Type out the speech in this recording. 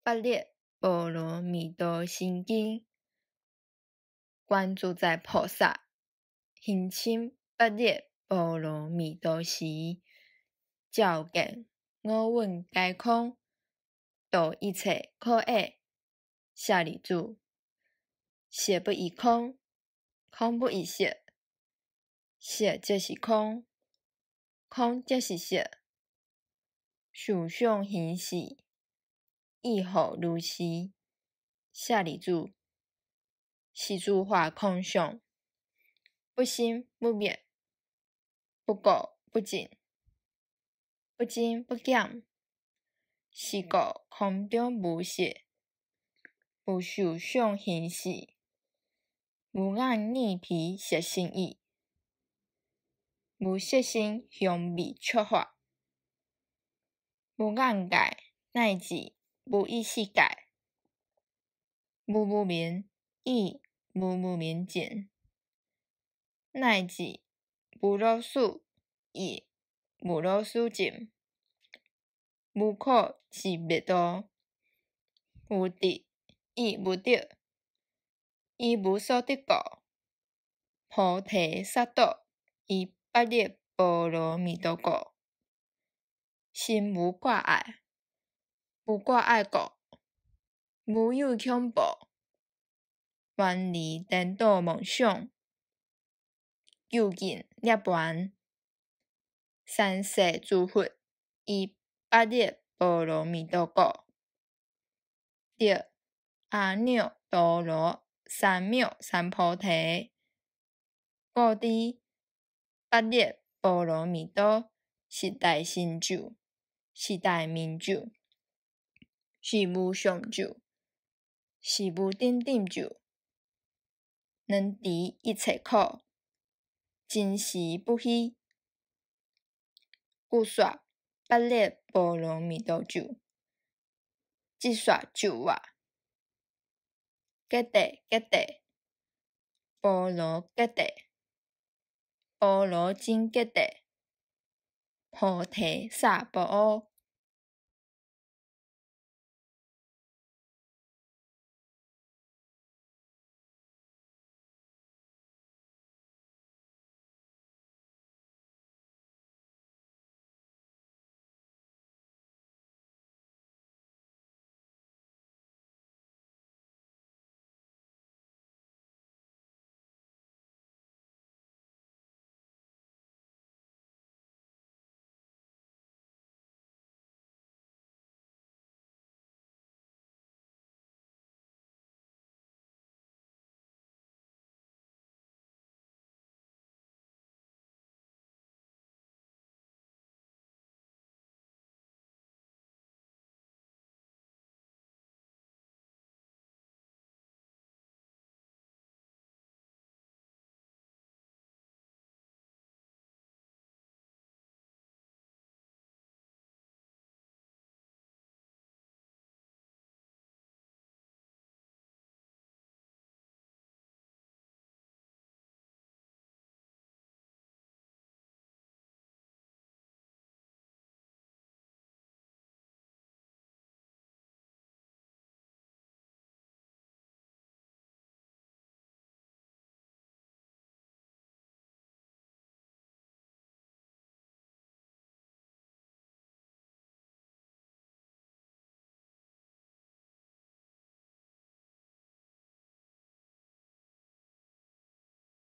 八列波罗蜜多心经，观自在菩萨行深八列波罗蜜多时，照见五蕴皆空，度一切苦厄。舍利子，色不异空，空不异色，色即是空，空即是色。受想行识，亦复如是。舍利子，是诸法空相，不生不灭，不垢不净，不增不减，是故空中无色，无受想行识，无眼耳鼻舌身意，无色声香味触法，无眼界乃至无意识界，无无明亦无无明尽，乃至无老死亦无老死尽，无苦是灭道，无得亦无得，伊无所得故，菩提萨埵以八列波罗蜜多故，心无挂碍，无挂碍故，无有恐怖，远离颠倒梦想，究竟涅槃。三世诸佛以八列波罗蜜多故，得阿耨多罗三藐三菩提。故知八列波罗蜜多是大成就，是大明咒，是无上咒，是无顶顶咒，能除一切苦，真实不虚。故说八列波罗蜜多咒，即说咒话：揭谛揭谛，波罗揭谛，波罗僧揭谛，菩提萨婆诃。